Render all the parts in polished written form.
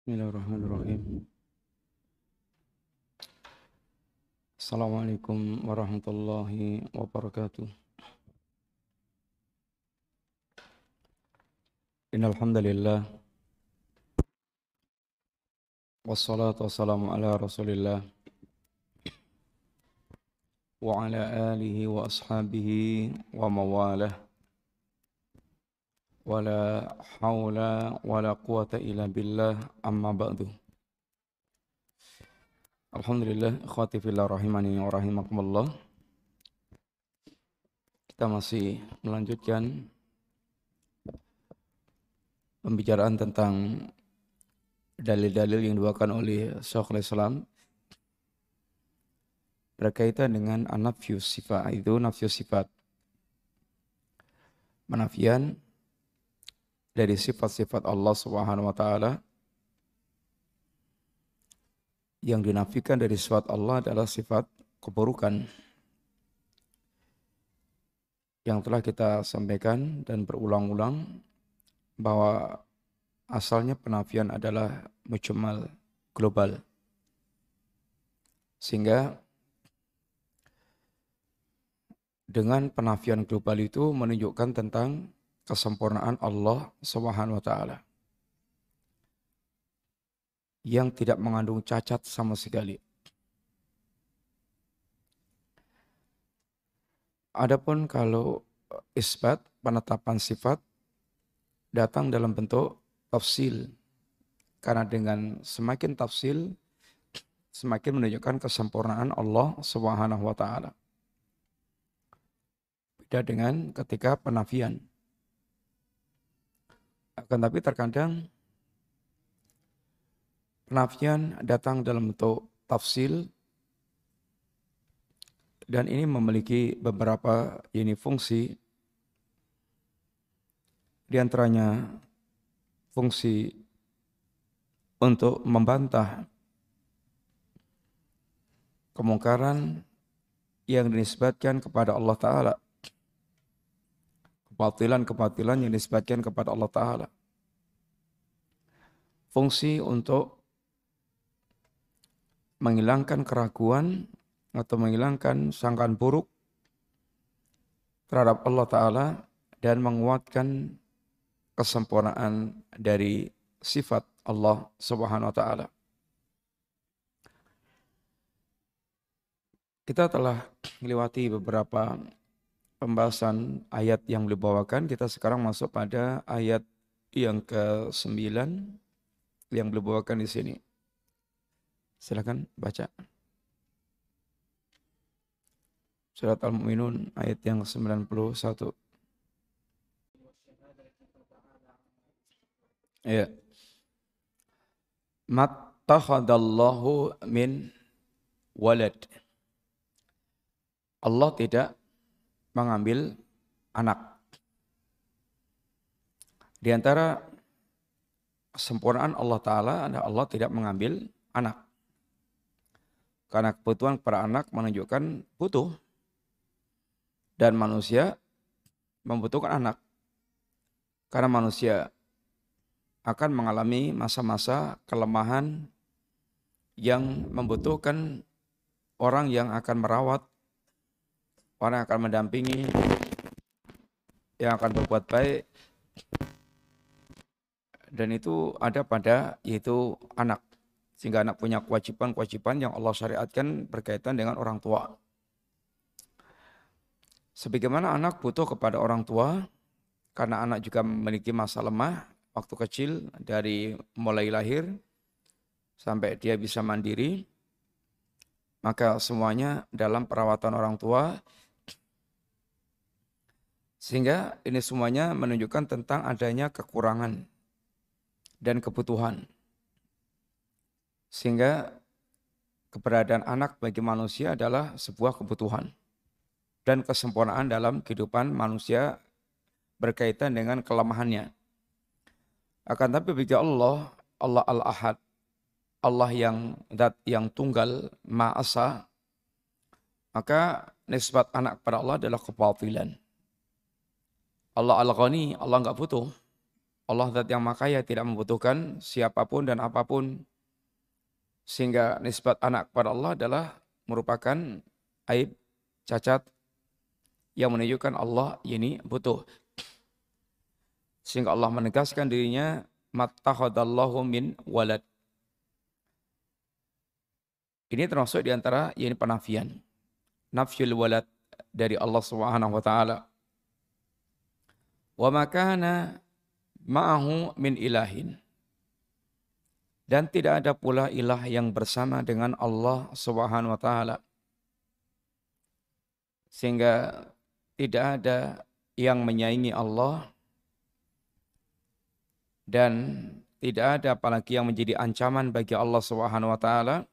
Bismillahirrahmanirrahim. Assalamualaikum warahmatullahi wabarakatuh. Innal hamdalillah wassalatu wassalamu ala Rasulillah wa ala alihi wa ashabihi wa mawalah wala haula wala quwata illa billah amma ba'du. Alhamdulillah ikhwati fillah rahimani wa rahimakumullah. Kita masih melanjutkan pembicaraan tentang dalil-dalil yang dibawakan oleh Syekhul Islam berkaitan dengan an-nafyu sifat, itu nafyu sifat, penafian dari sifat-sifat Allah Subhanahu wa taala. Yang dinafikan dari sifat Allah adalah sifat keburukan yang telah kita sampaikan dan berulang-ulang bahwa asalnya penafian adalah mujmal, global, sehingga dengan penafian global itu menunjukkan tentang kesempurnaan Allah Subhanahu wa taala yang tidak mengandung cacat sama sekali. Adapun kalau isbat, penetapan sifat datang dalam bentuk tafsil, karena dengan semakin tafsil semakin menunjukkan kesempurnaan Allah Subhanahu wa taala. Beda dengan ketika penafian. Akan tapi terkadang penafian datang dalam bentuk tafsil dan ini memiliki beberapa fungsi. Di antaranya fungsi untuk membantah kemungkaran yang dinisbatkan kepada Allah Ta'ala, kebatilan-kebatilan yang dinisbatkan kepada Allah Ta'ala. Fungsi untuk menghilangkan keraguan atau menghilangkan sangkaan buruk terhadap Allah Ta'ala dan menguatkan kesempurnaan dari sifat Allah Subhanahu wa taala. Kita telah melewati beberapa pembahasan ayat yang beliau bawakan. Kita sekarang masuk pada ayat yang ke-9 yang beliau bawakan di sini. Silakan baca. Surat Al-Mu'minun ayat yang 91. Ya. Mattakhadallahu min walad. Allah tidak mengambil anak. Di antara kesempurnaan Allah Ta'ala adalah Allah tidak mengambil anak. Karena kebutuhan para anak menunjukkan butuh. Dan manusia membutuhkan anak. Karena manusia akan mengalami masa-masa kelemahan yang membutuhkan orang yang akan merawat, orang yang akan mendampingi, yang akan berbuat baik. Dan itu ada pada yaitu anak. Sehingga anak punya kewajiban-kewajiban yang Allah syariatkan berkaitan dengan orang tua. Sebagaimana anak butuh kepada orang tua, karena anak juga memiliki masa lemah waktu kecil dari mulai lahir sampai dia bisa mandiri, maka semuanya dalam perawatan orang tua. Sehingga ini semuanya menunjukkan tentang adanya kekurangan dan kebutuhan. Sehingga keberadaan anak bagi manusia adalah sebuah kebutuhan dan kesempurnaan dalam kehidupan manusia berkaitan dengan kelemahannya. Akan tapi bagi Allah, Allah Al-Ahad, Allah yang zat yang tunggal, Maha Esa, maka nisbat anak pada Allah adalah kebatilan. Allah Al-Ghani, Allah enggak butuh. Allah zat yang maha kaya tidak membutuhkan siapapun dan apapun. Sehingga nisbat anak kepada Allah adalah merupakan aib, cacat yang menunjukkan Allah ini butuh. Sehingga Allah menegaskan dirinya mattakhadallahu min walad. Ini termasuk di antara ini penafian. Nafyul walad dari Allah Subhanahu wa taala. Wa makana ma'ahu min ilahin. Dan tidak ada pula ilah yang bersama dengan Allah Subhanahu wa taala. Sehingga tidak ada yang menyaingi Allah dan tidak ada apalagi yang menjadi ancaman bagi Allah Subhanahu wa taala.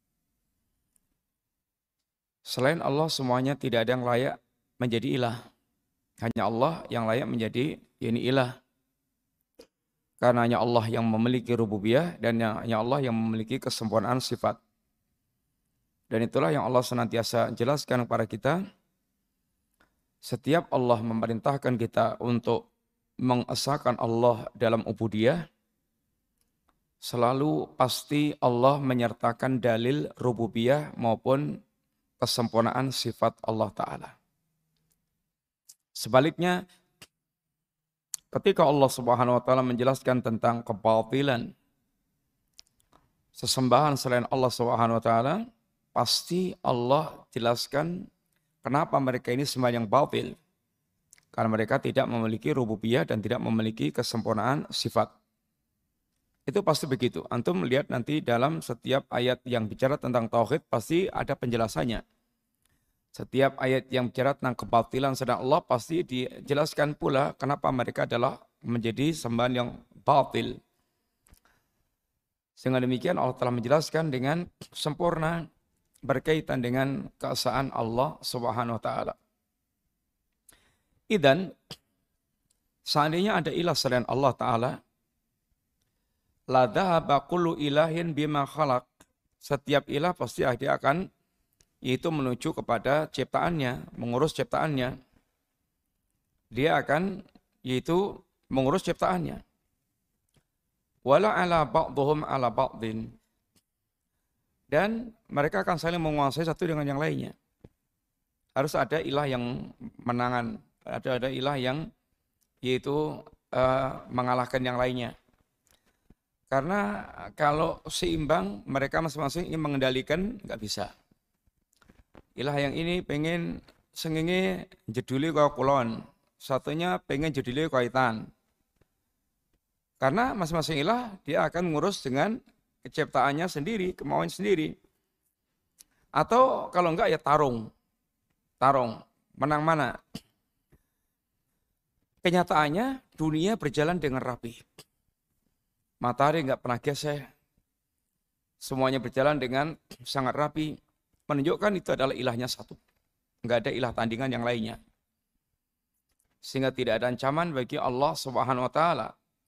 Selain Allah semuanya tidak ada yang layak menjadi ilah. Hanya Allah yang layak menjadi ini ilah. Karena hanya Allah yang memiliki rububiyah dan hanya Allah yang memiliki kesempurnaan sifat. Dan itulah yang Allah senantiasa jelaskan kepada kita. Setiap Allah memerintahkan kita untuk mengesahkan Allah dalam ubudiyah, selalu pasti Allah menyertakan dalil rububiyah maupun kesempurnaan sifat Allah Ta'ala. Sebaliknya, ketika Allah Subhanahu wa taala menjelaskan tentang kebatilan sesembahan selain Allah Subhanahu wa taala, pasti Allah jelaskan kenapa mereka ini sembah yang batil. Karena mereka tidak memiliki rububiyah dan tidak memiliki kesempurnaan sifat. Itu pasti begitu. Antum melihat nanti dalam setiap ayat yang bicara tentang tauhid pasti ada penjelasannya. Setiap ayat yang bicara tentang kebatilan sedang Allah pasti dijelaskan pula kenapa mereka adalah menjadi sembahan yang batil. Sehingga demikian Allah telah menjelaskan dengan sempurna berkaitan dengan keesaan Allah Subhanahu wa taala. Idan seandainya ada ilah selain Allah Ta'ala, la dhahaba kullu ilahin bima khalaq. Setiap ilah pasti dia akan yaitu menuju kepada ciptaannya, mengurus ciptaannya. Dia akan yaitu mengurus ciptaannya. Wala ala ba'dhum ala ba'dhin. Dan mereka akan saling menguasai satu dengan yang lainnya. Harus ada ilah yang menangan, ada ilah yang yaitu mengalahkan yang lainnya. Karena kalau seimbang mereka masing-masing ingin mengendalikan nggak bisa. Ilah yang ini pengen sengenge jeduli kaya kulon, satunya pengen jeduli kaya itan. Karena masing-masing ilah dia akan ngurus dengan keciptaannya sendiri, kemauan sendiri. Atau kalau enggak ya tarung, menang mana. Kenyataannya dunia berjalan dengan rapi. Matahari enggak pernah geser. Semuanya berjalan dengan sangat rapi. Menunjukkan itu adalah ilahnya satu. Enggak ada ilah tandingan yang lainnya. Sehingga tidak ada ancaman bagi Allah Subhanahu wa taala.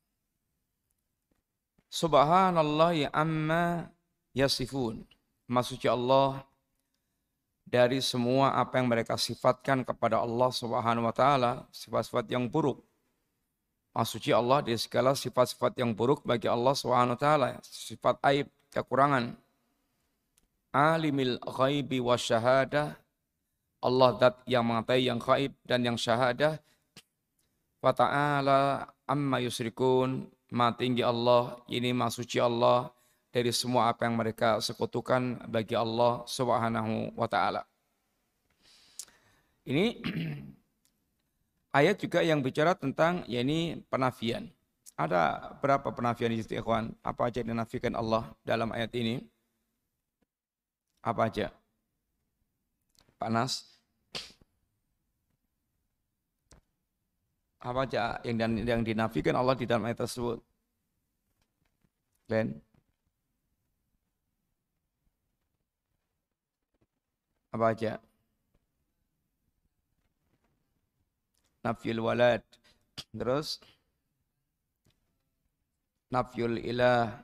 Subhanallah ya amma yasifun. Maksudnya Allah dari semua apa yang mereka sifatkan kepada Allah Subhanahu wa taala, sifat-sifat yang buruk. Maksudnya Allah dari segala sifat-sifat yang buruk bagi Allah Subhanahu wa taala, sifat aib, kekurangan. Alimil ghaibi wasyahadah, Allah zat yang mengetahui yang gaib dan yang syahadah. Wa ta'ala amma yusyrikun, maha tinggi Allah, ini maha suci Allah dari semua apa yang mereka sekutukan bagi Allah Subhanahu wa taala. Ini ayat juga yang bicara tentang yakni penafian. Ada berapa penafian di situ, ikhwan? Apa aja yang dinafikan Allah dalam ayat ini? Apa aja? Panas? Apa aja yang dinafikan Allah di dalam ayat tersebut? Glenn? Apa aja? Nafyul walad. Terus? Nafyul ilah.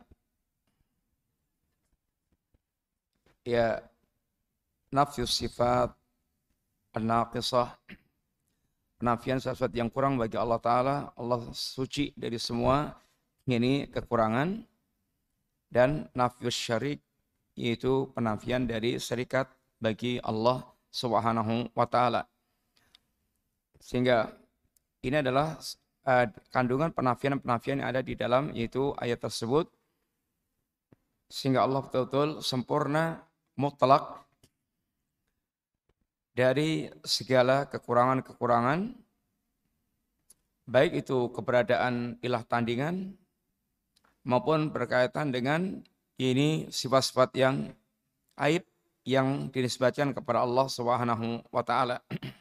Ya, nafyus sifat an-naqisah, penafian sesuatu yang kurang bagi Allah Ta'ala. Allah suci dari semua ini kekurangan. Dan nafius syarik, yaitu penafian dari syarikat bagi Allah Subhanahu wa Ta'ala. Sehingga ini adalah kandungan penafian-penafian yang ada di dalam yaitu ayat tersebut. Sehingga Allah betul-betul sempurna, mutlak dari segala kekurangan-kekurangan, baik itu keberadaan ilah tandingan maupun berkaitan dengan ini sifat-sifat yang aib yang dinisbatkan kepada Allah Subhanahu wa Ta'ala.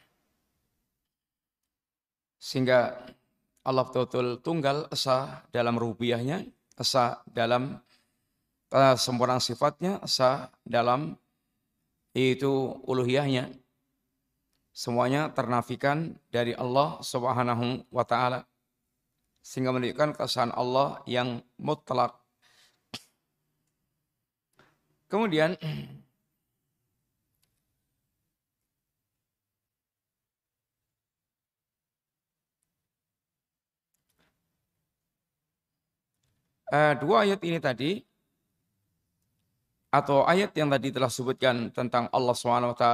Sehingga Allah betul-betul tunggal, esa dalam rububiyahnya, esa dalam kesempurnaan sifatnya, esa dalam itu uluhiyahnya. Semuanya ternafikan dari Allah Subhanahu wa Ta'ala. Sehingga menunjukkan keesaan Allah yang mutlak. Kemudian dua ayat ini tadi, atau ayat yang tadi telah sebutkan tentang Allah SWT,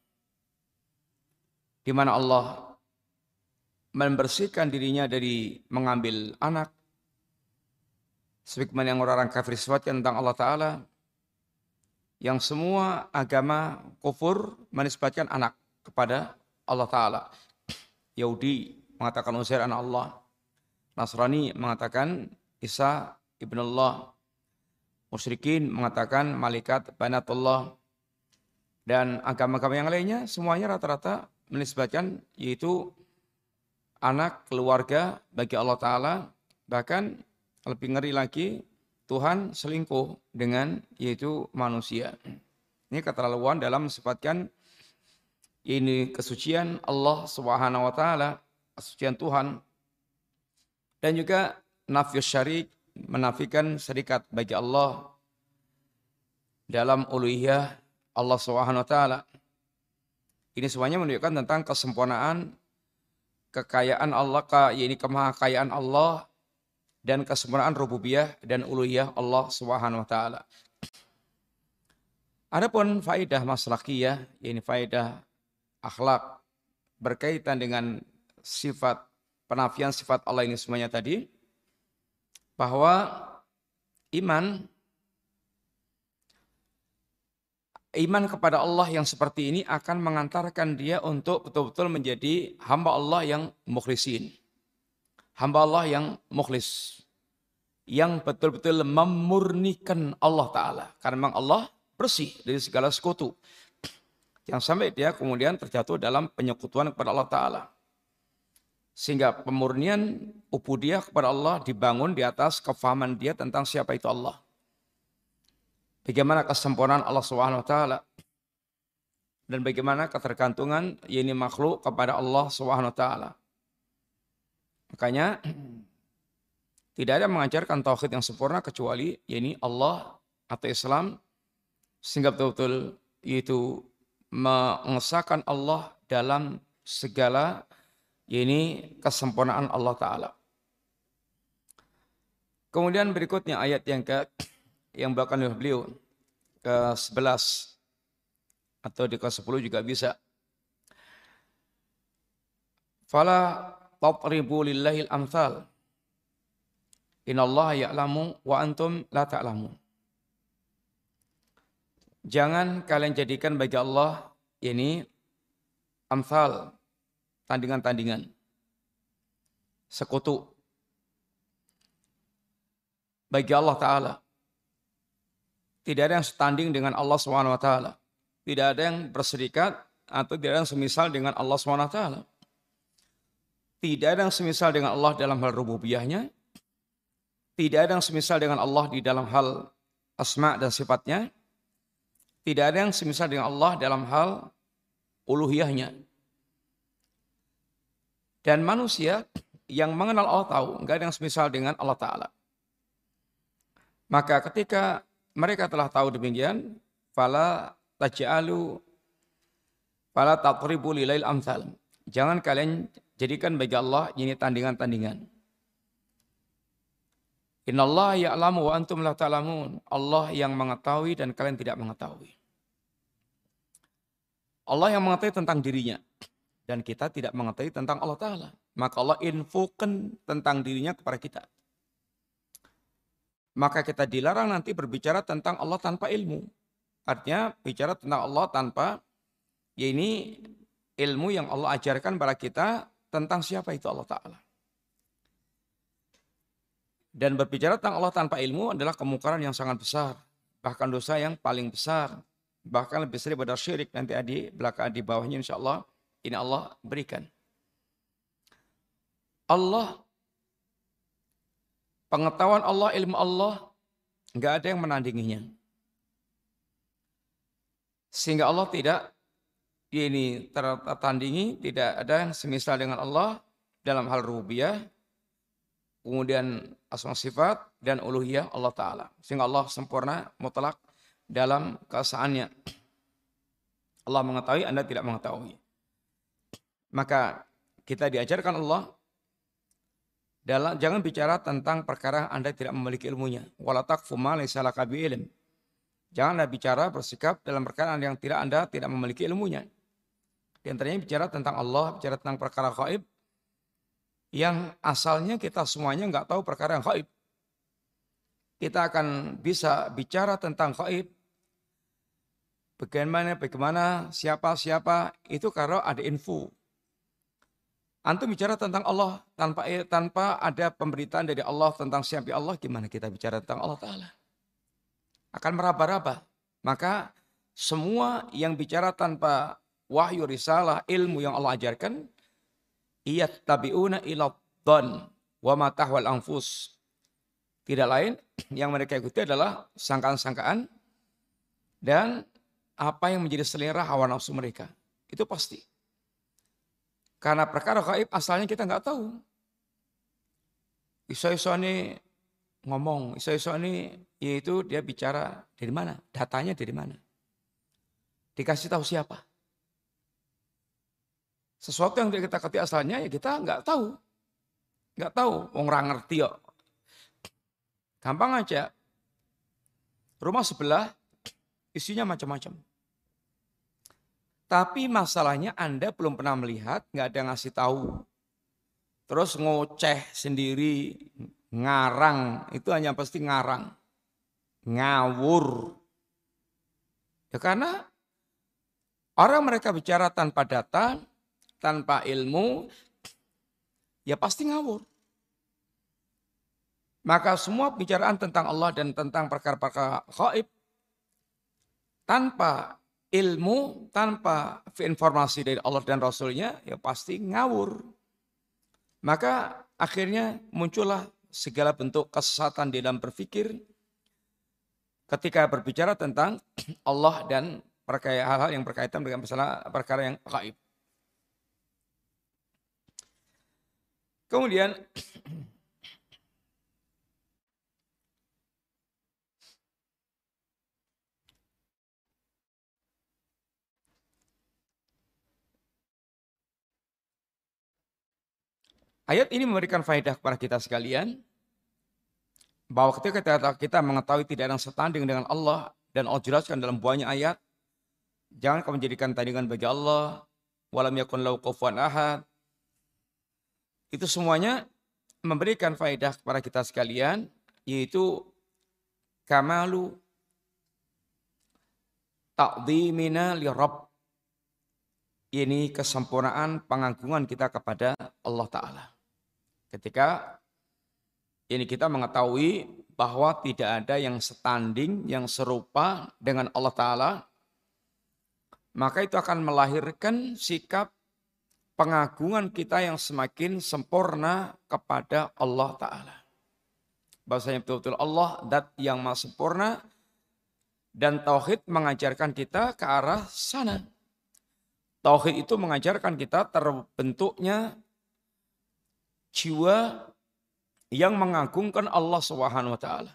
di mana Allah membersihkan dirinya dari mengambil anak, sebagaimana yang orang kafir sebutkan tentang Allah Ta'ala, yang semua agama kufur menisbatkan anak kepada Allah Ta'ala. Yahudi mengatakan Uzair anak Allah, Nasrani mengatakan Isa ibnullah, musyrikin mengatakan malaikat banatullah, dan agama-agama yang lainnya semuanya rata-rata menisbatkan yaitu anak, keluarga bagi Allah Ta'ala. Bahkan lebih ngeri lagi, Tuhan selingkuh dengan yaitu manusia. Ini keterlaluan dalam mensifatkan ini kesucian Allah Subhanahu wa Ta'ala, kesucian Tuhan. Dan juga nafius syarik, menafikan syarikat bagi Allah dalam uluhiyah Allah Subhanahu wa Ta'ala. Ini semuanya menunjukkan tentang kesempurnaan kekayaan Allah, yaitu kemahakayaan Allah dan kesempurnaan rububiyah dan uluhiyah Allah Subhanahu wa Ta'ala. Adapun faedah maslahiyah, yaitu faedah akhlak berkaitan dengan sifat penafian sifat Allah ini semuanya tadi, bahwa iman kepada Allah yang seperti ini akan mengantarkan dia untuk betul-betul menjadi hamba Allah yang mukhlisin. Hamba Allah yang mukhlis. Yang betul-betul memurnikan Allah Ta'ala. Karena memang Allah bersih dari segala sekutu. Yang sampai dia kemudian terjatuh dalam penyekutuan kepada Allah Ta'ala. Sehingga pemurnian ubudiyah kepada Allah dibangun di atas kefahaman dia tentang siapa itu Allah. Bagaimana kesempurnaan Allah Subhanahu wa Ta'ala. Dan bagaimana ketergantungan yaitu makhluk kepada Allah Subhanahu wa Ta'ala. Makanya tidak ada yang mengajarkan tauhid yang sempurna kecuali yaitu Allah atau Islam. Sehingga betul-betul yaitu mengesahkan Allah dalam segala ini kesempurnaan Allah Ta'ala. Kemudian berikutnya ayat yang bahkan oleh beliau ke-11 atau di ke-10 juga bisa. Fala tatribu lillahil amthal. Innallaha ya'lamu wa antum la ta'lamun. Jangan kalian jadikan bagi Allah ini amthal, tandingan-tandingan, sekutu bagi Allah Ta'ala. Tidak ada yang setanding dengan Allah SWT. Tidak ada yang berserikat atau tidak ada yang semisal dengan Allah SWT. Tidak ada yang semisal dengan Allah dalam hal rububiyahnya. Tidak ada yang semisal dengan Allah di dalam hal asma dan sifatnya. Tidak ada yang semisal dengan Allah dalam hal uluhiyahnya. Dan manusia yang mengenal Allah tahu, enggak ada yang semisal dengan Allah Ta'ala. Maka ketika mereka telah tahu demikian, fala tatribu lilail amthal. Jangan kalian Jadikan bagi Allah ini tandingan-tandingan. Innallaha ya'lamu wa antum la ta'lamun. Allah yang mengetahui dan kalian tidak mengetahui. Allah yang mengetahui tentang dirinya. Dan kita tidak mengetahui tentang Allah Ta'ala. Maka Allah infokan tentang dirinya kepada kita. Maka kita dilarang nanti berbicara tentang Allah tanpa ilmu. Artinya bicara tentang Allah tanpa, ya ini ilmu yang Allah ajarkan kepada kita tentang siapa itu Allah Ta'ala. Dan berbicara tentang Allah tanpa ilmu adalah kemungkaran yang sangat besar. Bahkan dosa yang paling besar. Bahkan lebih besar daripada syirik. Nanti di belakang di bawahnya insya Allah ini Allah berikan. Allah, pengetahuan Allah, ilmu Allah, nggak ada yang menandinginya. Sehingga Allah tidak ini tertandingi, tidak ada yang semisal dengan Allah dalam hal rububiyah, kemudian asma sifat dan uluhiyah Allah Ta'ala. Sehingga Allah sempurna, mutlak dalam keesaannya. Allah mengetahui, Anda tidak mengetahui. Maka kita diajarkan Allah jangan bicara tentang perkara Anda tidak memiliki ilmunya. Wala taqfu ma laysa laka bi'ilm. Janganlah bicara bersikap dalam perkara yang Anda tidak memiliki ilmunya. Di antaranya bicara tentang Allah, bicara tentang perkara gaib yang asalnya kita semuanya nggak tahu perkara yang gaib. Kita akan bisa bicara tentang gaib. Bagaimana, siapa itu kalau ada info. Antum bicara tentang Allah tanpa ada pemberitaan dari Allah tentang siapa Allah, gimana kita bicara tentang Allah Ta'ala? Akan meraba-raba. Maka semua yang bicara tanpa wahyu risalah, ilmu yang Allah ajarkan, iyattabi'una ila dhann wa ma tahwal anfus. Tidak lain yang mereka ikuti adalah sangkaan-sangkaan dan apa yang menjadi selera hawa nafsu mereka. Itu pasti. Karena perkara gaib asalnya kita nggak tahu. Iso-iso ini ngomong, iso-iso ini yaitu dia bicara dari mana, datanya dari mana. Dikasih tahu siapa. Sesuatu yang kita ketahui asalnya ya kita nggak tahu. Nggak tahu, orang ngerti kok. Gampang aja. Rumah sebelah isinya macam-macam. Tapi masalahnya Anda belum pernah melihat, nggak ada yang ngasih tahu. Terus ngoceh sendiri, ngarang, itu hanya pasti ngarang. Ngawur. Ya karena orang mereka bicara tanpa data, tanpa ilmu, ya pasti ngawur. Maka semua bicaraan tentang Allah dan tentang perkara-perkara gaib, tanpa ilmu, tanpa informasi dari Allah dan Rasulnya, ya pasti ngawur. Maka akhirnya muncullah segala bentuk kesesatan di dalam berpikir ketika berbicara tentang Allah dan hal-hal yang berkaitan dengan masalah perkara yang gaib. Kemudian ayat ini memberikan faedah kepada kita sekalian bahwa ketika kita mengetahui tidak ada yang setanding dengan Allah dan Allah jelaskan dalam banyak ayat, jangan kau menjadikan tandingan bagi Allah, walam yakun lahu kufuwan ahad. Itu semuanya memberikan faedah kepada kita sekalian, yaitu kamalu ta'dhimina li Rabb. Ini kesempurnaan pengagungan kita kepada Allah Ta'ala. Ketika ini kita mengetahui bahwa tidak ada yang setanding, yang serupa dengan Allah Ta'ala, maka itu akan melahirkan sikap pengagungan kita yang semakin sempurna kepada Allah Ta'ala. Bahasanya betul-betul Allah, zat yang maha sempurna, dan tauhid mengajarkan kita ke arah sana. Tauhid itu mengajarkan kita terbentuknya jiwa yang mengagungkan Allah Subhanahu wa taala.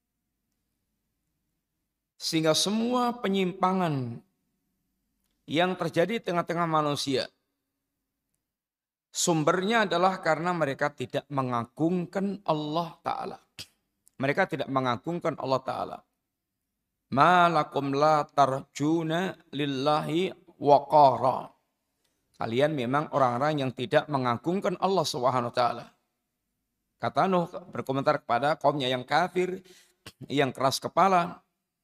Sehingga semua penyimpangan yang terjadi di tengah-tengah manusia Sumbernya adalah karena mereka tidak mengagungkan Allah Ta'ala. Mereka tidak mengagungkan Allah Ta'ala. Ma lakum la tarjuna lillahi waqara. Kalian memang orang-orang yang tidak mengagungkan Allah Subhanahu wa taala. Kata Nuh berkomentar kepada kaumnya yang kafir, yang keras kepala.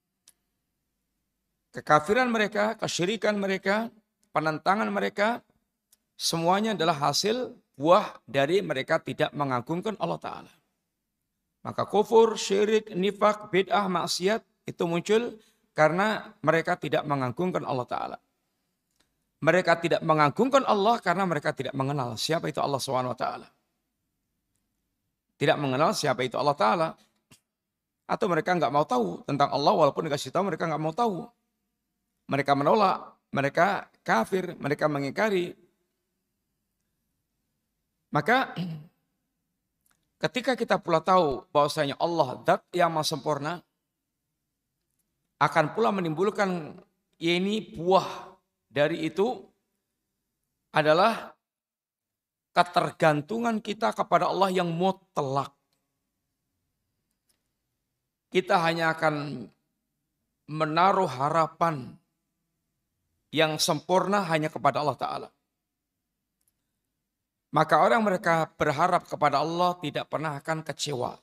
Kekafiran mereka, kesyirikan mereka, penentangan mereka, semuanya adalah hasil buah dari mereka tidak mengagungkan Allah Ta'ala. Maka kufur, syirik, nifak, bid'ah, maksiat itu muncul karena mereka tidak mengagungkan Allah Ta'ala. Mereka tidak mengagungkan Allah karena mereka tidak mengenal siapa itu Allah SWT. Tidak mengenal siapa itu Allah Ta'ala. Atau mereka nggak mau tahu tentang Allah walaupun dikasih tahu mereka nggak mau tahu. Mereka menolak, mereka kafir, mereka mengingkari. Maka ketika kita pula tahu bahwasanya Allah zat yang maha sempurna akan pula menimbulkan ini buah dari itu adalah ketergantungan kita kepada Allah yang mutlak. Kita hanya akan menaruh harapan yang sempurna hanya kepada Allah Ta'ala. Maka orang mereka berharap kepada Allah tidak pernah akan kecewa.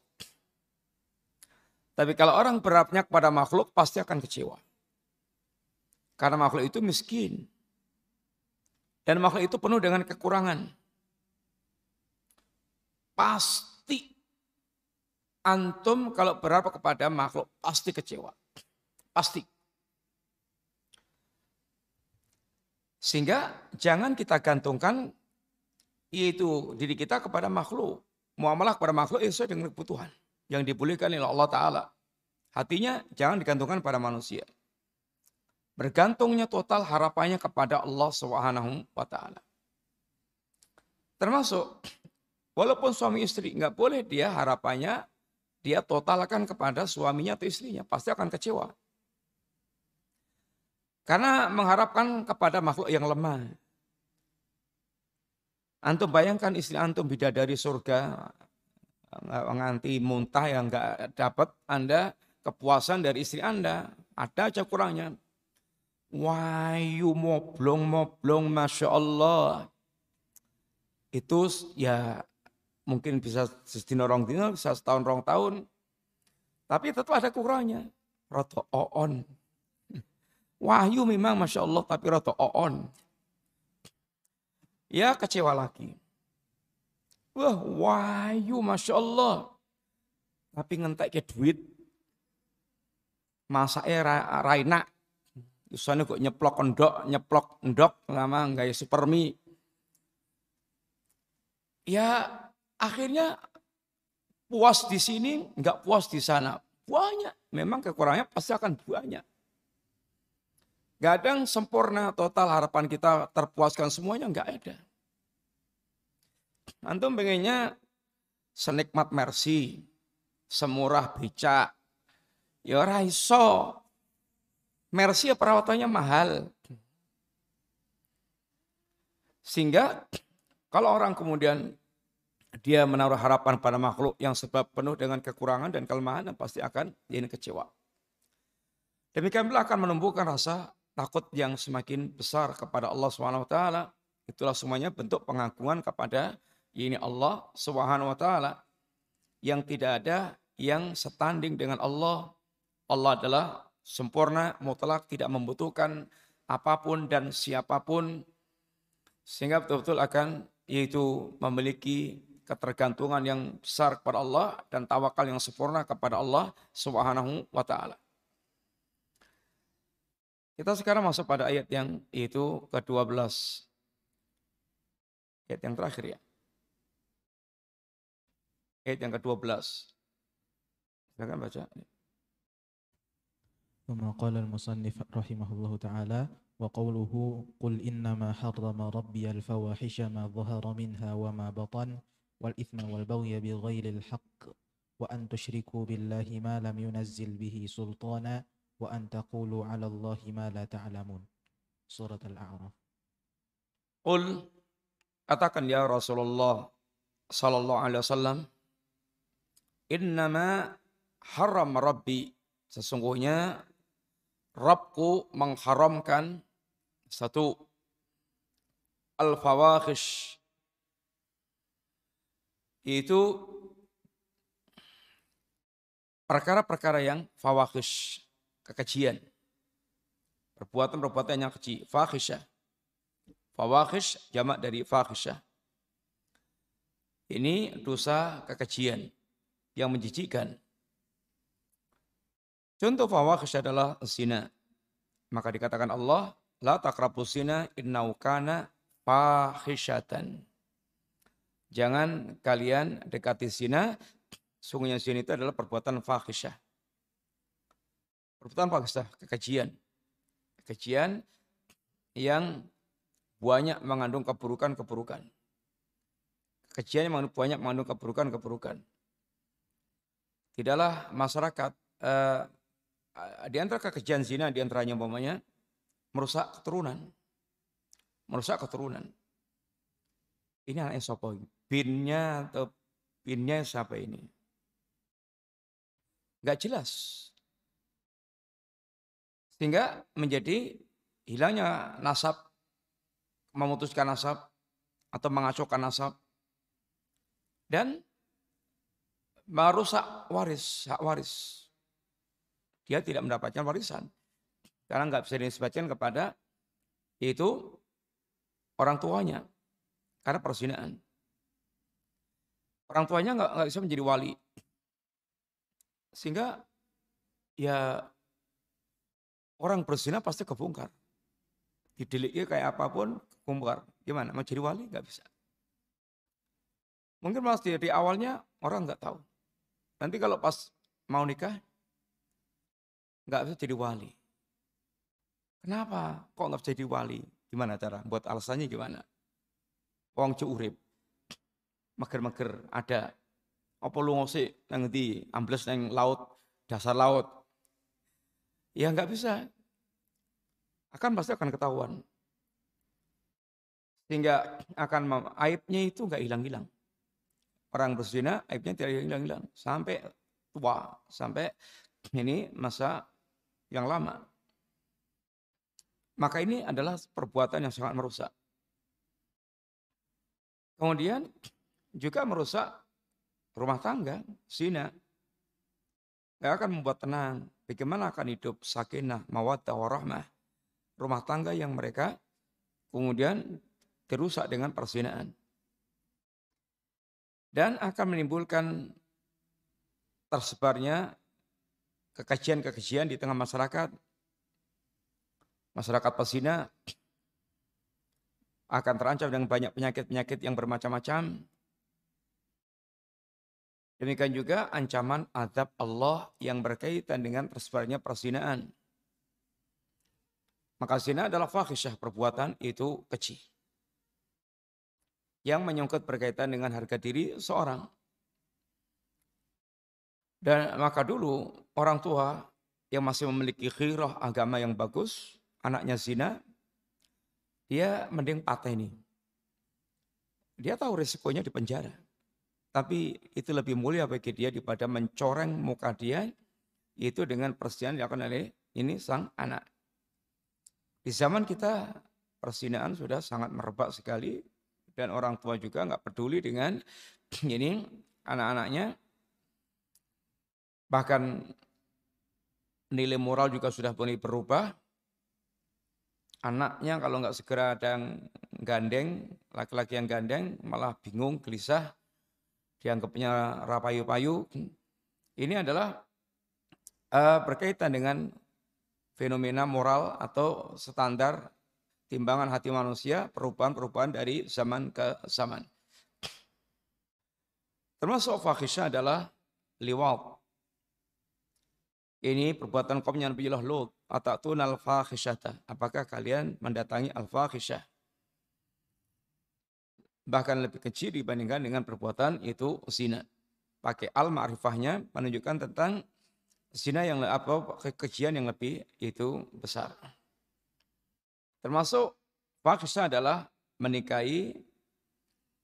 Tapi kalau orang berharapnya kepada makhluk pasti akan kecewa. Karena makhluk itu miskin. Dan makhluk itu penuh dengan kekurangan. Pasti antum kalau berharap kepada makhluk pasti kecewa. Pasti. Sehingga jangan kita gantungkan yaitu diri kita kepada makhluk. Muamalah kepada makhluk sesuai dengan kebutuhan yang dibolehkan oleh Allah Ta'ala. Hatinya jangan digantungkan pada manusia. Bergantungnya total harapannya kepada Allah Subhanahu wa Ta'ala. Termasuk walaupun suami istri nggak boleh dia harapannya dia totalkan kepada suaminya atau istrinya, pasti akan kecewa. Karena mengharapkan kepada makhluk yang lemah. Antum bayangkan istri antum bidadari surga, nganti muntah yang nggak dapat Anda kepuasan dari istri Anda. Ada aja kurangnya. Wayu moblong, Masya Allah. Itu ya mungkin bisa sedina rong dino, bisa setahun rong tahun. Tapi tetap ada kurangnya. Roto oon. Wahyu memang Masya Allah tapi roto oon. Ya kecewa lagi. Wah wahyu Masya Allah. Tapi ngentek ke duit. Masaknya raina. Usahanya kok nyeplok endok. Lama nggak ya supermi. Ya akhirnya puas di sini, nggak puas di sana. Banyak. Memang kekurangannya pasti akan banyak. Gak ada yang sempurna, total harapan kita terpuaskan semuanya, nggak ada. Antum pengennya senikmat Mercy, semurah becak. Ya ora iso. Mercy ya perawatannya mahal. Sehingga kalau orang kemudian dia menaruh harapan pada makhluk yang sebab penuh dengan kekurangan dan kelemahan, pasti akan ini kecewa. Demikian pula akan menumbuhkan rasa takut yang semakin besar kepada Allah SWT. Itulah semuanya bentuk pengagungan kepada ini Allah SWT. Yang tidak ada yang setanding dengan Allah. Allah adalah sempurna, mutlak, tidak membutuhkan apapun dan siapapun. Sehingga betul-betul akan yaitu memiliki ketergantungan yang besar kepada Allah dan tawakal yang sempurna kepada Allah Subhanahu wa taala. Kita sekarang masuk pada ayat yang itu ke-12. Ayat yang terakhir ya. Ayat yang ke-12. Silakan baca. ثم قال المصنف رحمه الله تعالى وقوله قل إنما حرم ربي الفواحش ما ظهر منها وما بطن والإثم والبغي بغير الحق وأن تشركوا بالله ما لم ينزل به سلطانا وأن تقولوا على الله ما لا تعلمون. Surat Al-A'raf. Qul katakan ya Rasulullah sallallahu alaihi wasallam, innama haram Rabbi, sesungguhnya Rabbku mengharamkan satu al-fawahish, yaitu perkara-perkara yang fawahish, kekejian, perbuatan-perbuatan yang keji, fahisyah. Fawahish jamak dari fahisyah. Ini dosa kekejian yang menjijikkan. Contoh fawahish adalah zina. Maka dikatakan Allah, la taqrabus zina innahu kana fahisyatan. Jangan kalian dekati zina, sungguhnya zina itu adalah perbuatan fahisyah. Perbuatan fahisyah, kekejian. Kekejian yang banyak mengandung keburukan-keburukan. Kekejian yang banyak mengandung keburukan-keburukan. Tidaklah masyarakat, di antara kekejian zina, di antaranya umpamanya merusak keturunan. Merusak keturunan. Ini anaknya siapa ini? Binnya atau binnya siapa ini? Enggak jelas. Sehingga menjadi hilangnya nasab, memutuskan nasab atau mengacaukan nasab dan merusak waris, hak waris. Dia tidak mendapatkan warisan karena nggak bisa dinisbatkan kepada itu orang tuanya karena perzinaan. Orang tuanya nggak bisa menjadi wali, sehingga ya orang berzina pasti kebongkar. Dideliknya kayak apapun kebongkar. Gimana? Mau jadi wali nggak bisa. Mungkin pas di awalnya orang nggak tahu. Nanti kalau pas mau nikah nggak bisa jadi wali. Kenapa? Kok nggak bisa jadi wali? Gimana cara? Buat alasannya gimana? Wong urip, mager-mager ada. Apa lu ngosik nang ngendi? Ambles nang laut, dasar laut. Ya nggak bisa. Pasti akan ketahuan. Sehingga aibnya itu nggak hilang-hilang. Orang berzina aibnya tidak hilang-hilang sampai tua, sampai ini masa yang lama. Maka ini adalah perbuatan yang sangat merusak. Kemudian juga merusak rumah tangga, zina. Tidak akan membuat tenang. Bagaimana akan hidup sakinah, mawaddah, warahmah. Rumah tangga yang mereka kemudian dirusak dengan perzinaan. Dan akan menimbulkan tersebarnya kekejian-kekejian di tengah masyarakat. Masyarakat pezina akan terancam dengan banyak penyakit-penyakit yang bermacam-macam. Demikian juga ancaman azab Allah yang berkaitan dengan tersebarnya perzinaan. Maka zina adalah fahisyah, perbuatan itu keji. Yang menyangkut berkaitan dengan harga diri seorang. Dan maka dulu orang tua yang masih memiliki khirah agama yang bagus, anaknya zina, dia mending pateni. Dia tahu risikonya di penjara. Tapi itu lebih mulia bagi dia daripada mencoreng muka dia, itu dengan perzinahan yang dilakukan oleh ini sang anak. Di zaman kita perzinaan sudah sangat merebak sekali dan orang tua juga nggak peduli dengan ini anak-anaknya. Bahkan nilai moral juga sudah mulai berubah. Anaknya kalau nggak segera ada yang gandeng, laki-laki yang gandeng malah bingung, gelisah, dianggapnya rapayu-payu. Ini adalah berkaitan dengan fenomena moral atau standar timbangan hati manusia, perubahan-perubahan dari zaman ke zaman. Termasuk fahisyah adalah liwat. Ini perbuatan kaumnya Nabi Allah Lut. Atatun al-fahisyata. Apakah kalian mendatangi al-fahisyah? Bahkan lebih kecil dibandingkan dengan perbuatan itu zina. Pakai al-ma'rifahnya menunjukkan tentang zina yang kekejian yang lebih itu besar. Termasuk fahisyah adalah menikahi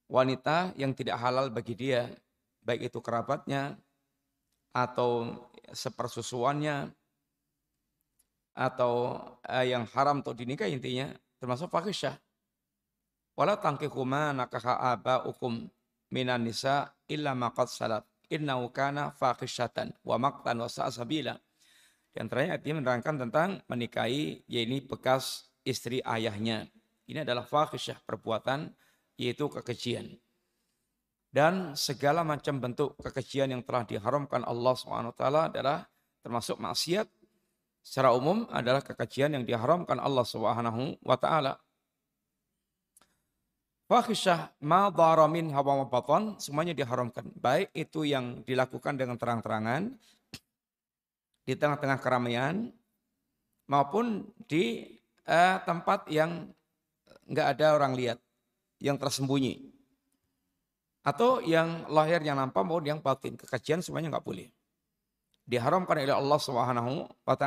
wanita yang tidak halal bagi dia, baik itu kerabatnya atau sepersusuannya atau yang haram untuk dinikahi intinya, termasuk fahisyah. Wala tankihu ma nakaha aba'ukum minan nisa illa ma qad salat. Innahu kana fahisyatan wa maqtan wa sa'a sabila. Di antaranya artinya menerangkan tentang menikahi yaitu bekas istri ayahnya. Ini adalah fahisyah, perbuatan yaitu kekejian. Dan segala macam bentuk kekejian yang telah diharamkan Allah SWT adalah termasuk maksiat secara umum adalah kekejian yang diharamkan Allah SWT. Fahisyah ma dhara minha wa batan, semuanya diharamkan. Baik itu yang dilakukan dengan terang-terangan di tengah-tengah keramaian maupun di tempat yang enggak ada orang lihat, yang tersembunyi. Atau yang lahir yang nampak maupun yang batin. Kekejian semuanya enggak boleh. Diharamkan oleh Allah SWT.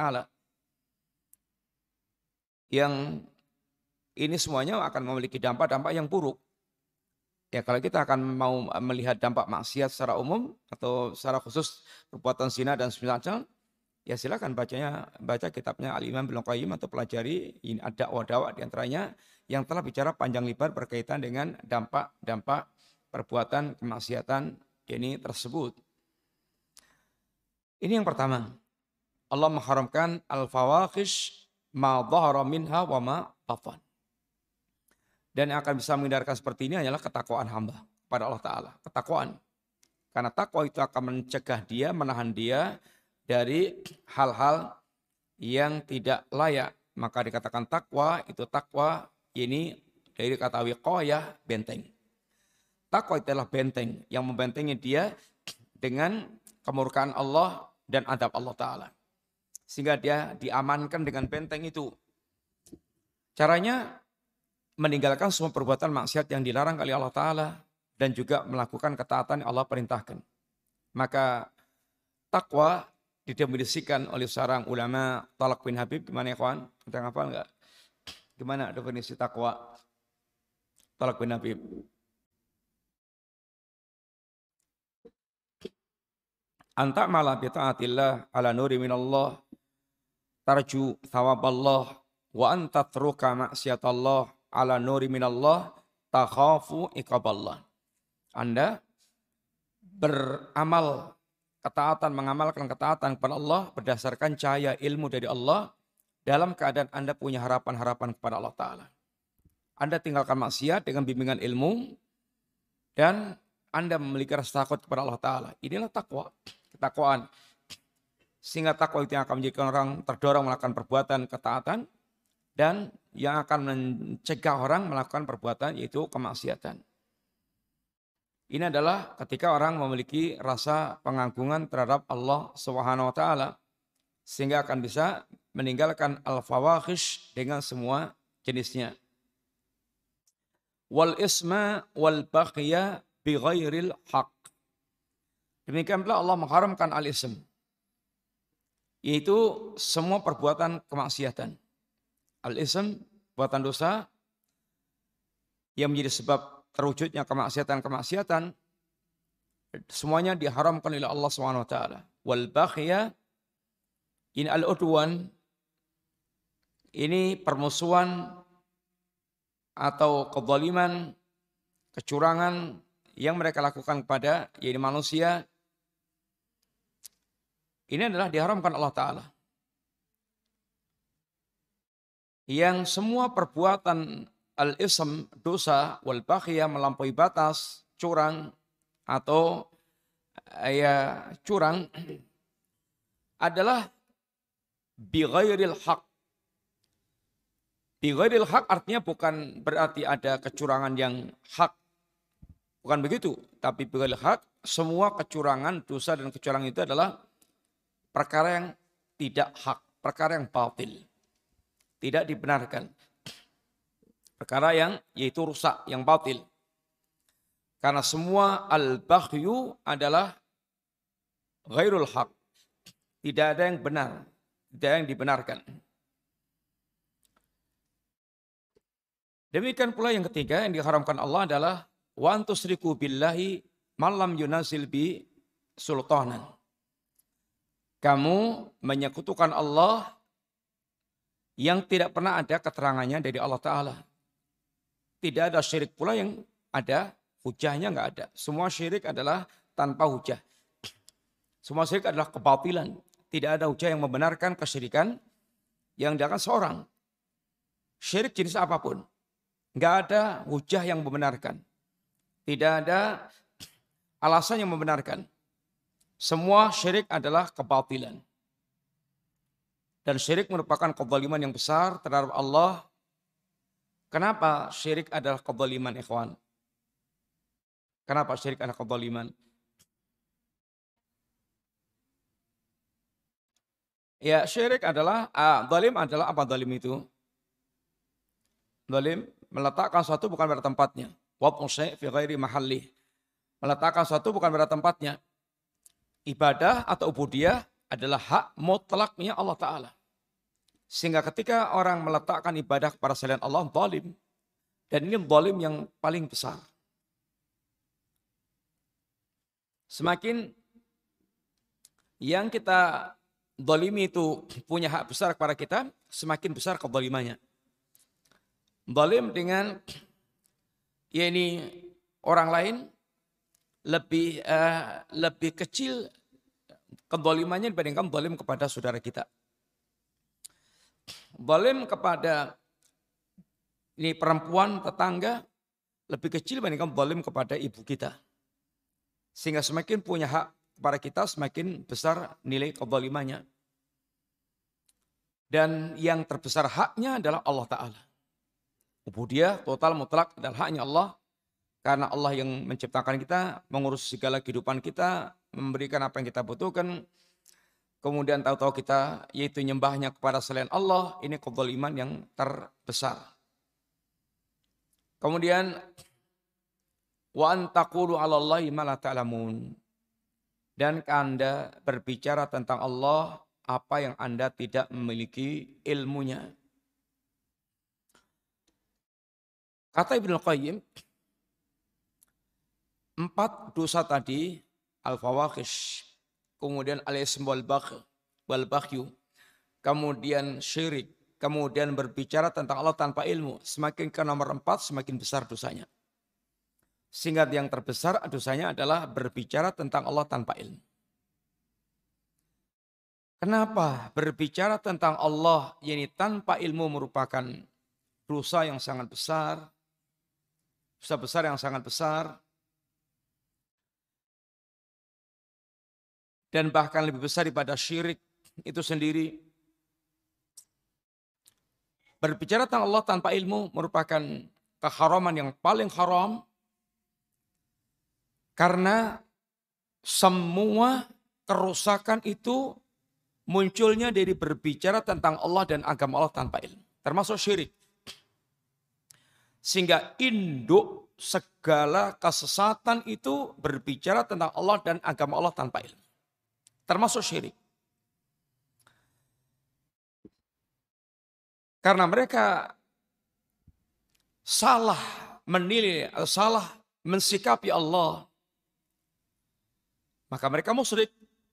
Yang ini semuanya akan memiliki dampak-dampak yang buruk. Ya kalau kita akan mau melihat dampak maksiat secara umum atau secara khusus perbuatan zina dan semacamnya, ya silakan baca kitabnya Al-Imam Ibnu Qayyim atau pelajari ini ada dakwah di antaranya yang telah bicara panjang lebar berkaitan dengan dampak-dampak perbuatan kemaksiatan ini tersebut. Ini yang pertama. Allah mengharamkan al-fawahish ma dhahara minha wa ma batan. Dan yang akan bisa menghindarkan seperti ini adalah ketakwaan hamba kepada Allah Ta'ala. Ketakwaan. Karena takwa itu akan mencegah dia, menahan dia dari hal-hal yang tidak layak. Maka dikatakan takwa, itu takwa ini dari kata wiqayah, benteng. Takwa itu adalah benteng yang membentengi dia dengan kemurkaan Allah dan adab Allah Ta'ala. Sehingga dia diamankan dengan benteng itu. Caranya meninggalkan semua perbuatan maksiat yang dilarang oleh Allah Ta'ala dan juga melakukan ketaatan yang Allah perintahkan. Maka takwa didefinisikan oleh seorang ulama Talak bin Habib. Gimana ya kawan? Kita ngapal enggak? Gimana definisi takwa? Talak bin Habib. Anta mala bi ta'atillah ala nuri minallah tarju thawaballah wa anta tatruka maksiatallah ala nuri minallah takhafu iqaballah. Anda beramal ketaatan, mengamalkan ketaatan kepada Allah berdasarkan cahaya ilmu dari Allah dalam keadaan Anda punya harapan-harapan kepada Allah Ta'ala. Anda tinggalkan maksiat dengan bimbingan ilmu dan Anda memiliki rasa takut kepada Allah Ta'ala. Inilah takwa, ketakwaan. Sehingga takwa itu yang akan menjadikan orang terdorong melakukan perbuatan ketaatan dan yang akan mencegah orang melakukan perbuatan yaitu kemaksiatan. Ini adalah ketika orang memiliki rasa pengagungan terhadap Allah Subhanahu wa taala sehingga akan bisa meninggalkan al-fawahish dengan semua jenisnya. Wal isma wal baghya bi ghairil haq. Demikian pula Allah mengharamkan al-ism, yaitu semua perbuatan kemaksiatan. Al-ism, perbuatan dosa yang menjadi sebab terwujudnya kemaksiatan-kemaksiatan, semuanya diharamkan oleh Allah SWT. Wal baghya, ini al-udwan, ini permusuhan atau kezaliman, kecurangan yang mereka lakukan kepada yaitu manusia, ini adalah diharamkan Allah Ta'ala. Yang semua perbuatan al-ism, dosa, wal baghya, melampaui batas, curang, atau curang, adalah bi ghairil haq. Bi ghairil haq artinya bukan berarti ada kecurangan yang hak. Bukan begitu. Tapi bi ghairil haq, semua kecurangan, dosa dan kecurangan itu adalah perkara yang tidak hak, perkara yang batil, tidak dibenarkan. Perkara yang yaitu rusak, yang batil. Karena semua al-baghyu adalah ghairul haq. Tidak ada yang benar, tidak ada yang dibenarkan. Demikian pula yang ketiga yang diharamkan Allah adalah wa antusriku billahi malam yunazil bi sultanan. Kamu menyekutukan Allah yang tidak pernah ada keterangannya dari Allah Ta'ala. Tidak ada syirik pula yang ada hujahnya, nggak ada. Semua syirik adalah tanpa hujah. Semua syirik adalah kebatilan. Tidak ada hujah yang membenarkan kesyirikan yang dilakukan seorang. Syirik jenis apapun. Nggak ada hujah yang membenarkan. Tidak ada alasan yang membenarkan. Semua syirik adalah kebatilan. Dan syirik merupakan kezaliman yang besar terhadap Allah. Kenapa syirik adalah kezaliman, ikhwan? Kenapa syirik adalah kezaliman? Ya, syirik adalah, zalim adalah apa zalim itu? Zalim meletakkan sesuatu bukan pada tempatnya. Wad'u syai' fi ghairi mahallih. Meletakkan sesuatu bukan pada tempatnya. Ibadah atau ubudiyah adalah hak mutlaknya Allah Ta'ala. Sehingga ketika orang meletakkan ibadah kepada selain Allah, zalim. Dan ini zalim yang paling besar. Semakin yang kita zalimi itu punya hak besar kepada kita, semakin besar kezalimannya. Zalim dengan ya ini orang lain lebih kecil kezalimannya dibandingkan zalim kepada saudara kita. Zalim kepada ini perempuan tetangga lebih kecil dibandingkan zalim kepada ibu kita. Sehingga semakin punya hak kepada kita, semakin besar nilai kezalimannya. Dan yang terbesar haknya adalah Allah Ta'ala. Ubudiyah total mutlak adalah haknya Allah. Karena Allah yang menciptakan kita, mengurus segala kehidupan kita, memberikan apa yang kita butuhkan. Kemudian tahu-tahu kita yaitu nyembahnya kepada selain Allah, ini kezaliman yang terbesar. Kemudian wa antaqulu 'alallahi ma la ta'lamun. Dan Anda berbicara tentang Allah apa yang Anda tidak memiliki ilmunya. Kata Ibnu Qayyim, 4 dosa tadi, al-fawahish, kemudian al-ism wal-baghyu, kemudian syirik, kemudian berbicara tentang Allah tanpa ilmu. Semakin ke nomor 4, semakin besar dosanya. Sehingga yang terbesar dosanya adalah berbicara tentang Allah tanpa ilmu. Kenapa berbicara tentang Allah yakni tanpa ilmu merupakan dosa yang sangat besar, dosa besar yang sangat besar, dan bahkan lebih besar daripada syirik itu sendiri. Berbicara tentang Allah tanpa ilmu merupakan keharaman yang paling haram, karena semua kerusakan itu munculnya dari berbicara tentang Allah dan agama Allah tanpa ilmu, termasuk syirik. Sehingga induk segala kesesatan itu berbicara tentang Allah dan agama Allah tanpa ilmu, termasuk syirik. Karena mereka salah menilai, salah mensikapi Allah, maka mereka musyrik.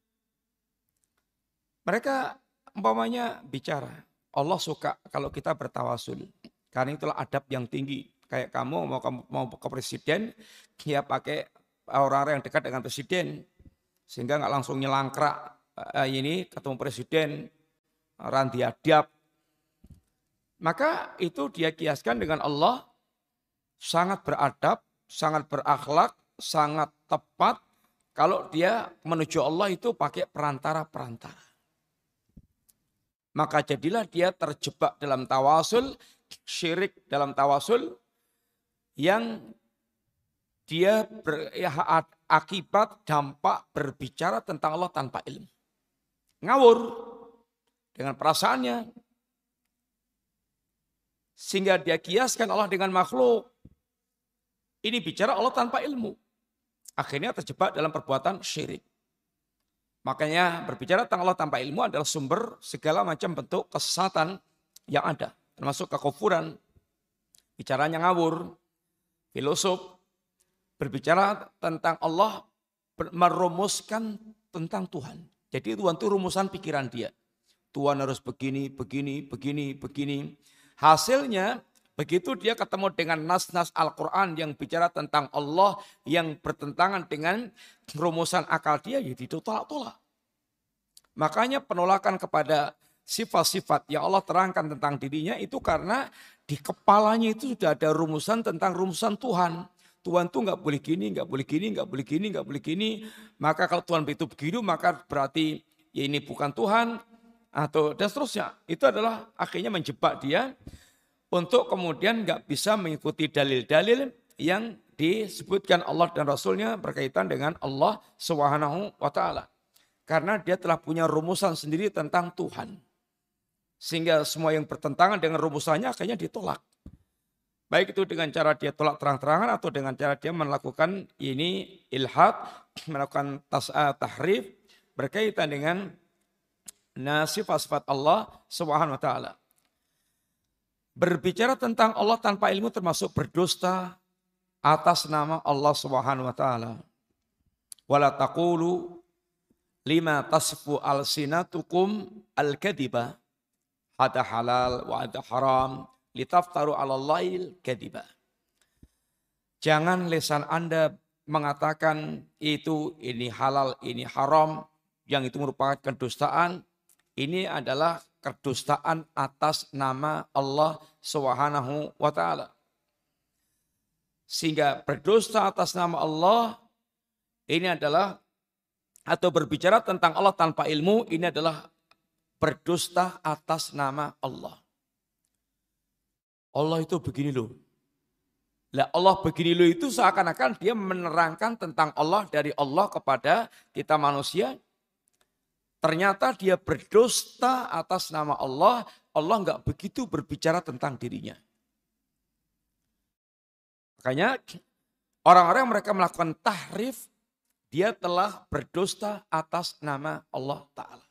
Mereka umpamanya bicara, Allah suka kalau kita bertawasul. Karena itulah adab yang tinggi. Kayak kamu mau ke presiden, ya pakai orang-orang yang dekat dengan presiden. Sehingga nggak langsung nyelangkrak ini ketemu presiden, ranti adab. Maka itu dia kiaskan dengan Allah, sangat beradab, sangat berakhlak, sangat tepat. Kalau dia menuju Allah itu pakai perantara-perantara. Maka jadilah dia terjebak dalam tawasul, syirik dalam tawasul, yang dia akibat dampak berbicara tentang Allah tanpa ilmu. Ngawur dengan perasaannya. Sehingga dia kiaskan Allah dengan makhluk. Ini bicara Allah tanpa ilmu. Akhirnya terjebak dalam perbuatan syirik. Makanya berbicara tentang Allah tanpa ilmu adalah sumber segala macam bentuk kesesatan yang ada. Termasuk kekufuran, bicaranya ngawur, filosof, berbicara tentang Allah, merumuskan tentang Tuhan. Jadi Tuhan itu rumusan pikiran dia. Tuhan harus begini, begini, begini, begini. Hasilnya begitu dia ketemu dengan nas-nas Al-Quran yang bicara tentang Allah yang bertentangan dengan rumusan akal dia, ya ditolak-tolak. Makanya penolakan kepada sifat-sifat yang Allah terangkan tentang dirinya itu karena di kepalanya itu sudah ada rumusan tentang rumusan Tuhan. Tuhan tuh nggak boleh gini, nggak boleh gini, nggak boleh gini, nggak boleh gini. Maka kalau Tuhan itu begitu, maka berarti ya ini bukan Tuhan atau dan seterusnya. Itu adalah akhirnya menjebak dia untuk kemudian nggak bisa mengikuti dalil-dalil yang disebutkan Allah dan Rasulnya berkaitan dengan Allah Subhanahu wa Ta'ala. Karena dia telah punya rumusan sendiri tentang Tuhan. Sehingga semua yang bertentangan dengan rumusannya akhirnya ditolak. Baik itu dengan cara dia tolak terang-terangan atau dengan cara dia melakukan ini ilhad, melakukan tahrif berkaitan dengan sifat-sifat Allah Subhanahu wa Ta'ala. Berbicara tentang Allah tanpa ilmu termasuk berdusta atas nama Allah Subhanahu wa Ta'ala. Wala taqulu lima tasfu alsinatukum al-kadiba hada halal wa hada haram litaftaru 'alallail kadiba. Jangan lisan Anda mengatakan ini halal, ini haram, yang itu merupakan kedustaan. Ini adalah kedustaan atas nama Allah Subhanahu wa Ta'ala. Sehingga berdusta atas nama Allah ini adalah atau berbicara tentang Allah tanpa ilmu ini adalah berdusta atas nama Allah. Allah itu begini loh. Lah Allah begini loh itu seakan-akan dia menerangkan tentang Allah dari Allah kepada kita manusia. Ternyata dia berdusta atas nama Allah. Allah enggak begitu berbicara tentang dirinya. Makanya orang-orang yang mereka melakukan tahrif, dia telah berdusta atas nama Allah Ta'ala.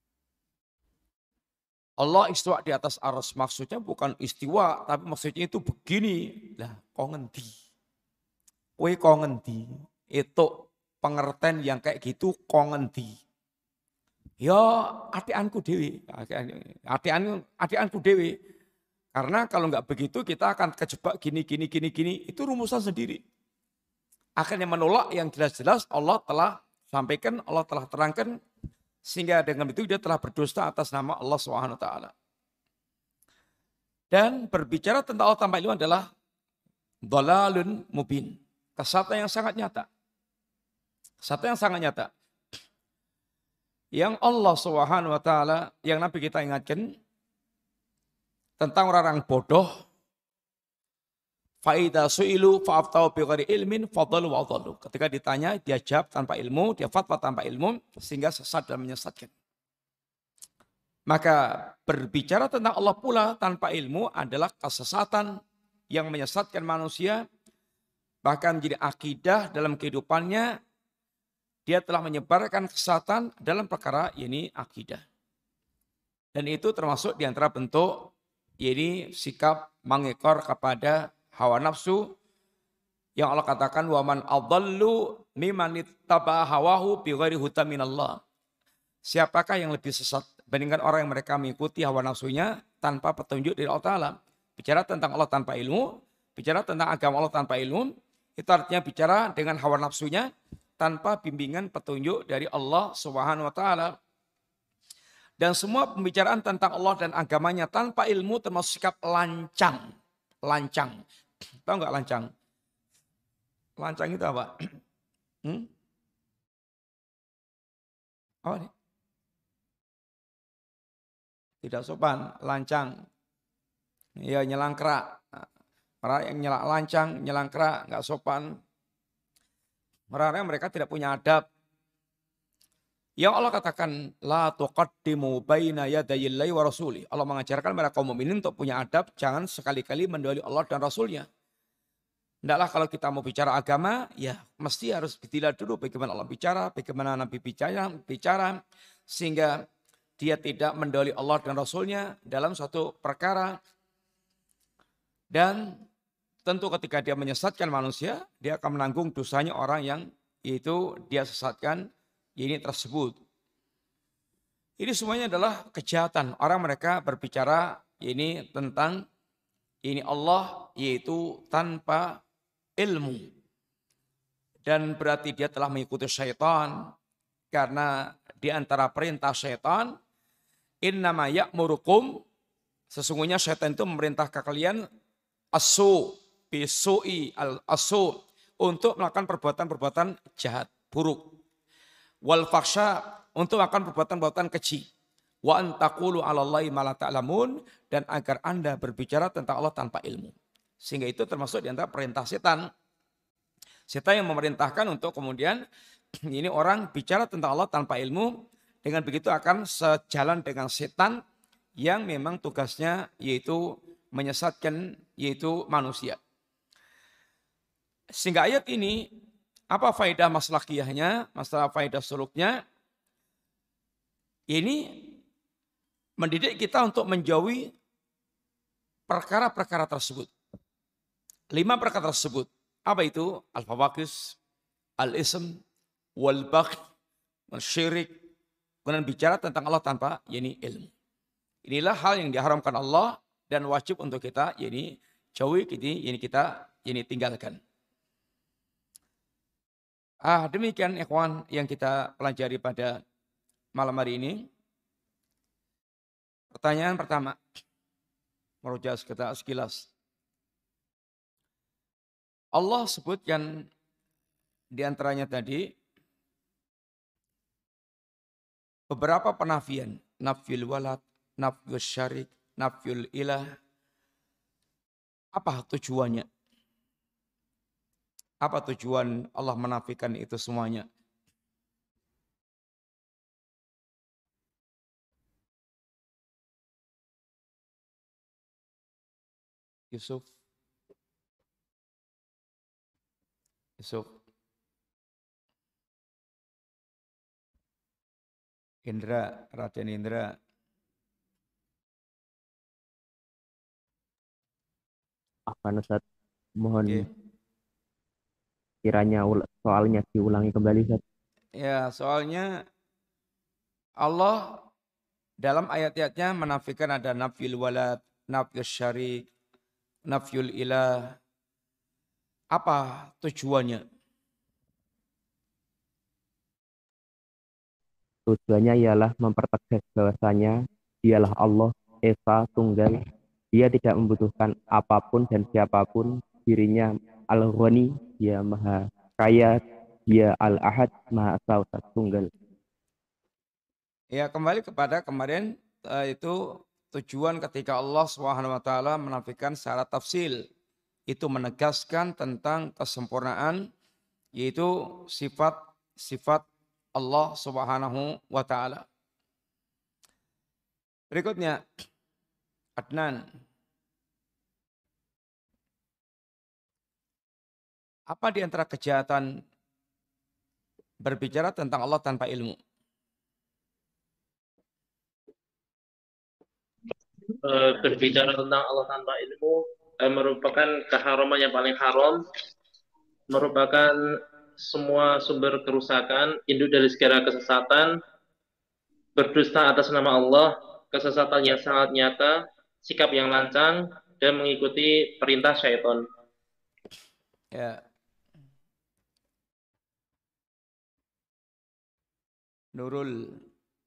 Allah istiwa di atas arsy, maksudnya bukan istiwa, tapi maksudnya itu begini. Lah, kok ngendi? Kowe kok ngendi? Itu pengertian yang kayak gitu kok ngendi? Ya, atianku dewi. Atianku dewi. Karena kalau nggak begitu kita akan kejebak gini. Itu rumusan sendiri. Akhirnya menolak yang jelas-jelas Allah telah sampaikan, Allah telah terangkan. Sehingga dengan itu dia telah berdusta atas nama Allah SWT. Dan berbicara tentang Allah tanpa ilmu adalah dhalalun mubin. Kesatuan yang sangat nyata. Kesatuan yang sangat nyata. Yang Allah SWT, yang Nabi kita ingatkan, tentang orang-orang bodoh, Fa'idha su'ilu fa'aftau bighari ilmin fadhalu wa adhallu. Ketika ditanya, dia jawab tanpa ilmu, dia fatwa tanpa ilmu, sehingga sesat dan menyesatkan. Maka berbicara tentang Allah pula tanpa ilmu adalah kesesatan yang menyesatkan manusia, bahkan menjadi akidah dalam kehidupannya. Dia telah menyebarkan kesesatan dalam perkara ini akidah. Dan itu termasuk di antara bentuk ini sikap mengekor kepada hawa nafsu yang Allah katakan waman adallu mimman ittaba hawahu bighairi hudan minallah. Siapakah yang lebih sesat bandingkan orang yang mereka mengikuti hawa nafsunya tanpa petunjuk dari Allah Ta'ala. Bicara tentang Allah tanpa ilmu, bicara tentang agama Allah tanpa ilmu, itu artinya bicara dengan hawa nafsunya tanpa bimbingan petunjuk dari Allah Subhanahu wa Ta'ala. Dan semua pembicaraan tentang Allah dan agamanya tanpa ilmu termasuk sikap lancang. Lancang. Tahu nggak lancang? Lancang itu apa? Apa nih? Tidak sopan, lancang. Ya nyelangkrak. Orang yang lancang, nyelangkrak, nggak sopan. Orang-orang mereka tidak punya adab. Yang Allah katakan, la tuqaddimu baina yadayillahi wa rasuli. Allah mengajarkan kepada kaum mukminin untuk punya adab, jangan sekali-kali mendahului Allah dan Rasulnya. Tidaklah kalau kita mau bicara agama, ya mesti harus dilihat dulu bagaimana Allah bicara, bagaimana Nabi bicara, sehingga dia tidak mendahului Allah dan Rasulnya dalam suatu perkara. Dan tentu ketika dia menyesatkan manusia, dia akan menanggung dosanya orang yang itu dia sesatkan ini tersebut. Ini semuanya adalah kejahatan. Orang mereka berbicara ini tentang ini Allah yaitu tanpa ilmu. Dan berarti dia telah mengikuti syaitan. Karena di antara perintah syaitan, innama ya'murukum, sesungguhnya syaitan itu memerintahkan kalian asu, bisu'i al-asu, untuk melakukan perbuatan-perbuatan jahat, buruk. Wal faksha, untuk melakukan perbuatan-perbuatan keji. Wa antaqulu 'alallahi ma la ta'lamun, dan agar Anda berbicara tentang Allah tanpa ilmu. Sehingga itu termasuk di antara perintah setan. Setan yang memerintahkan untuk kemudian ini orang bicara tentang Allah tanpa ilmu, dengan begitu akan sejalan dengan setan yang memang tugasnya yaitu menyesatkan yaitu manusia. Sehingga ayat ini, apa faedah maslahiyahnya, masalah faedah suluknya, ini mendidik kita untuk menjauhi perkara-perkara tersebut. 5 perkara tersebut. Apa itu? Al-fawaqis, al-ism, wal-bagh, syirik, kemudian bicara tentang Allah tanpa ilmu. Inilah hal yang diharamkan Allah dan wajib untuk kita jauhi, kita tinggalkan. Demikian ikhwan yang kita pelajari pada malam hari ini. Pertanyaan pertama, merujuk kita sekilas. Allah sebutkan di antaranya tadi beberapa penafian, nafyul walad, nafyul syarik, nafyul ilah. Apa tujuannya? Apa tujuan Allah menafikan itu semuanya? Yusuf. Indra, Raden Indra. Ustaz, mohon Okay. kiranya soalnya diulangi kembali, Ustaz. Ya, soalnya Allah dalam ayat-ayatnya menafikan ada nafyul walad, nafyul syarik, nafyul ilah. Apa tujuannya? Tujuannya ialah mempertegas bahwasanya dialah Allah Esa Tunggal. Dia tidak membutuhkan apapun dan siapapun. Dirinya Al-Ghani, dia Maha Kaya, dia Al-Ahad, Maha Esa Tunggal. Ya, kembali kepada kemarin itu tujuan ketika Allah SWT menafikan secara tafsil. Itu menegaskan tentang kesempurnaan, yaitu sifat Allah Subhanahu wa taala. Berikutnya Adnan. Apa di antara kejahatan berbicara tentang Allah tanpa ilmu? Berbicara tentang Allah tanpa ilmu merupakan keharaman yang paling haram, merupakan semua sumber kerusakan, induk dari segala kesesatan, berdusta atas nama Allah, kesesatan yang sangat nyata, sikap yang lancang, dan mengikuti perintah syaitan. Ya. Nurul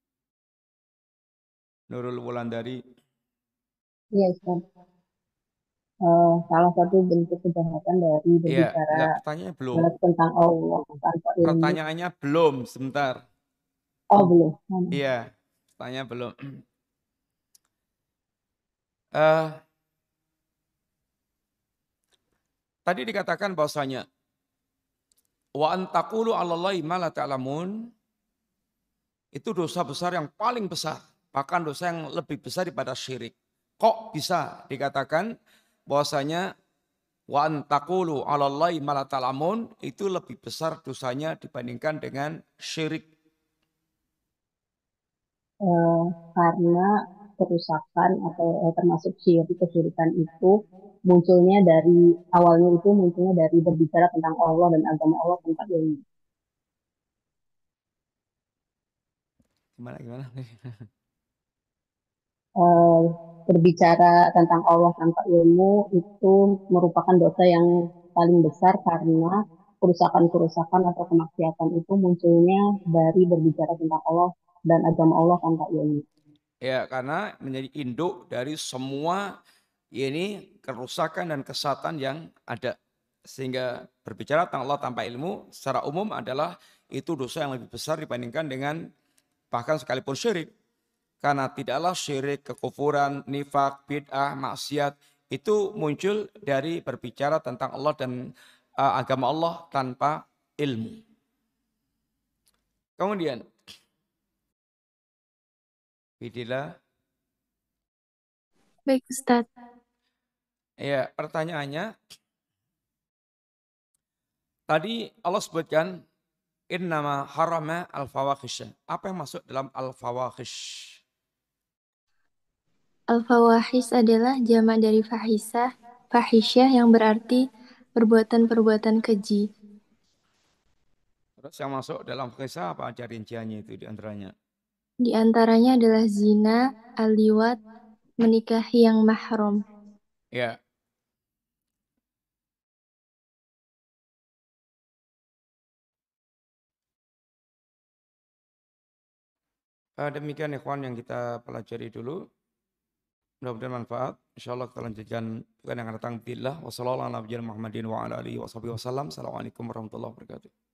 Wulandari. Iya, Ustaz. Salah satu bentuk kejahatan dari berbicara pertanyaannya belum. tentang Allah tanpa ilmu. Pertanyaannya belum, sebentar. Oh, belum. Iya, pertanyaan belum. Tadi dikatakan bahwasanya wa antaqulu 'alallahi ma la ta'lamun, itu dosa besar yang paling besar, bahkan dosa yang lebih besar daripada syirik. Kok bisa dikatakan bahwasanya wa antaqulu 'alallahi ma la ta'lamun itu lebih besar dosanya dibandingkan dengan syirik? Karena kerusakan atau termasuk syirik, kesyirikan itu munculnya dari berbicara tentang Allah dan agama Allah tanpa ilmu. Gimana? Eh, Berbicara tentang Allah tanpa ilmu itu merupakan dosa yang paling besar karena kerusakan-kerusakan atau kemaksiatan itu munculnya dari berbicara tentang Allah dan agama Allah tanpa ilmu. Ya, karena menjadi induk dari semua ini kerusakan dan kesatan yang ada. Sehingga berbicara tentang Allah tanpa ilmu secara umum adalah itu dosa yang lebih besar dibandingkan dengan bahkan sekalipun syirik. Karena tidaklah syirik, kekufuran, nifak, bid'ah, maksiat itu muncul dari berbicara tentang Allah dan agama Allah tanpa ilmu. Kemudian, Bidillah. Baik Ustaz. Ya, pertanyaannya, tadi Allah sebutkan, innama harama al-fawahisha. Apa yang masuk dalam al-fawahish? Al-fawahis adalah jamak dari fahisah, fahisyah yang berarti perbuatan-perbuatan keji. Terus yang masuk dalam kisah apa aja rinciannya itu diantaranya? Di antaranya adalah zina, al-liwat, menikahi yang mahram. Ya. Demikian ikhwan yang kita pelajari dulu. Mudah-mudahan manfaat. InsyaAllah kita lanjutkan bukan yang akan datang. Billah. Wassalamualaikum warahmatullahi wabarakatuh.